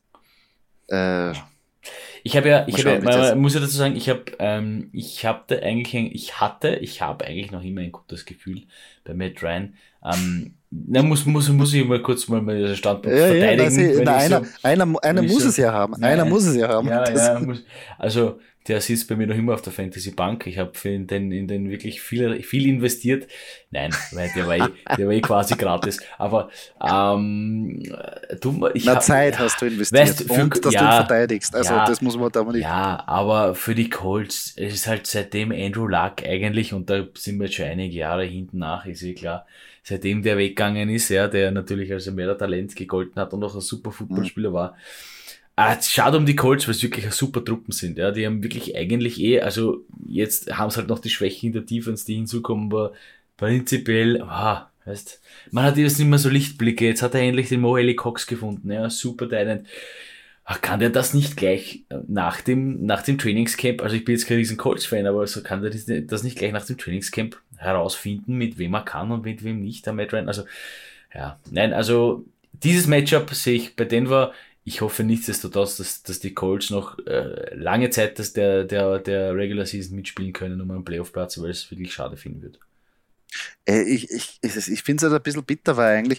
Ich habe muss ja dazu sagen, ich habe eigentlich noch immer ein gutes Gefühl bei Matt Ryan. Muss ich mal kurz mal meinen Standpunkt verteidigen. Einer muss es ja haben. Einer muss es ja haben. Also der sitzt bei mir noch immer auf der Fantasy Bank. Ich habe in den wirklich viel investiert. Nein, weil der war eh quasi gratis. Aber Zeit hast du investiert und dass du ihn verteidigst. Also das muss man da mal nicht. Ja, aber für die Colts, es ist halt seitdem Andrew Luck eigentlich, und da sind wir jetzt schon einige Jahre hinten nach, ist eh klar, seitdem der weggegangen ist, ja, der natürlich als ein Mördertalent gegolten hat und auch ein super Footballspieler war. Schade um die Colts, weil es wirklich super Truppen sind. Ja, die haben wirklich eigentlich also jetzt haben es halt noch die Schwächen in der Defense, die hinzukommen, aber prinzipiell, weißt, man hat jetzt nicht mehr so Lichtblicke. Jetzt hat er endlich den Mo Cox gefunden, ja, super Talent. Kann der das nicht gleich nach dem Trainingscamp, also ich bin jetzt kein riesen Colts-Fan, aber so kann der das nicht gleich nach dem Trainingscamp herausfinden, mit wem er kann und mit wem nicht, der Matt Ryan. Also, ja, nein, also dieses Matchup sehe ich bei Denver. Ich hoffe nichtsdestotrotz, dass die Colts noch lange Zeit der Regular Season mitspielen können um einen Playoff-Platz, weil es wirklich schade finden wird. Ich finde es halt ein bisschen bitter, weil eigentlich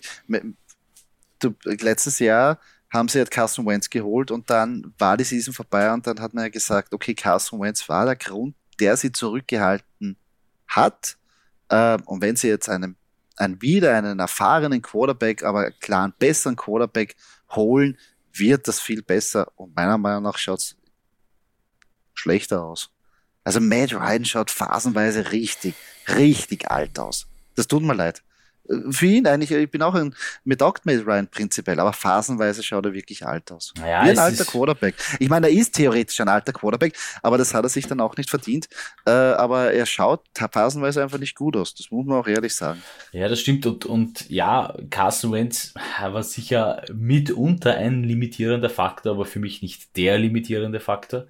letztes Jahr haben sie halt Carson Wentz geholt und dann war die Season vorbei und dann hat man ja gesagt, okay, Carson Wentz war der Grund, der sie zurückgehalten hat. Und wenn sie jetzt wieder einen erfahrenen Quarterback, aber klar einen besseren Quarterback holen, wird das viel besser. Und meiner Meinung nach schaut es schlechter aus. Also Matt Ryan schaut phasenweise richtig, richtig alt aus. Das tut mir leid. Für ihn eigentlich, mir taugt Matt Ryan prinzipiell, aber phasenweise schaut er wirklich alt aus. Naja, wie ein alter Quarterback. Ich meine, er ist theoretisch ein alter Quarterback, aber das hat er sich dann auch nicht verdient. Aber er schaut phasenweise einfach nicht gut aus. Das muss man auch ehrlich sagen. Ja, das stimmt. Und ja, Carson Wentz war sicher mitunter ein limitierender Faktor, aber für mich nicht der limitierende Faktor.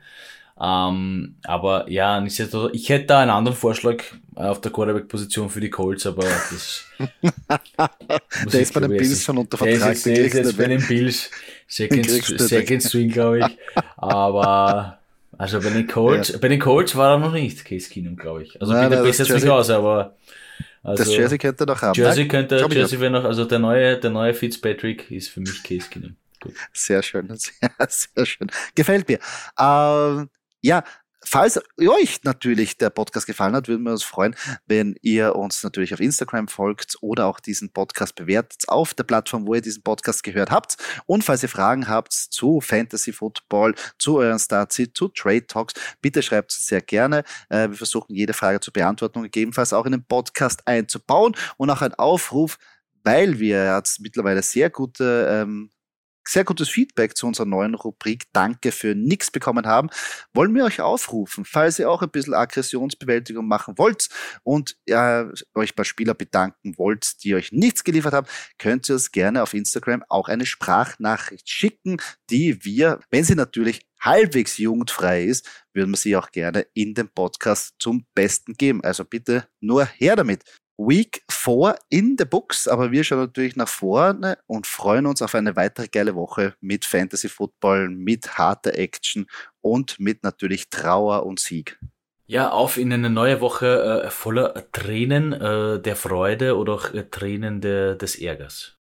Aber ja, ich hätte da einen anderen Vorschlag auf der Quarterback-Position für die Colts, aber das der ist bei den Bills schon unter Vertrag. Der ist jetzt bei den Bills Second String, glaube ich. Aber also bei den Colts war er noch nicht Case Keenum, glaube ich. Also bitte besser mich aus, aber also, das Jersey könnte er noch haben. Jersey wäre noch, also der neue Fitzpatrick ist für mich Case Keenum. Gut. Sehr schön, sehr schön. Gefällt mir. Ja, falls euch natürlich der Podcast gefallen hat, würden wir uns freuen, wenn ihr uns natürlich auf Instagram folgt oder auch diesen Podcast bewertet auf der Plattform, wo ihr diesen Podcast gehört habt. Und falls ihr Fragen habt zu Fantasy Football, zu euren Startseed, zu Trade Talks, bitte schreibt uns sehr gerne. Wir versuchen jede Frage zu beantworten und gegebenenfalls auch in den Podcast einzubauen. Und auch ein Aufruf, weil wir jetzt mittlerweile sehr gutes Feedback zu unserer neuen Rubrik Danke für nix bekommen haben, wollen wir euch aufrufen, falls ihr auch ein bisschen Aggressionsbewältigung machen wollt und euch bei Spielern bedanken wollt, die euch nichts geliefert haben, könnt ihr uns gerne auf Instagram auch eine Sprachnachricht schicken, die wir, wenn sie natürlich halbwegs jugendfrei ist, würden wir sie auch gerne in dem Podcast zum Besten geben. Also bitte nur her damit. Week 4 in the books, aber wir schauen natürlich nach vorne und freuen uns auf eine weitere geile Woche mit Fantasy Football, mit harter Action und mit natürlich Trauer und Sieg. Ja, auf in eine neue Woche voller Tränen der Freude oder auch Tränen des Ärgers.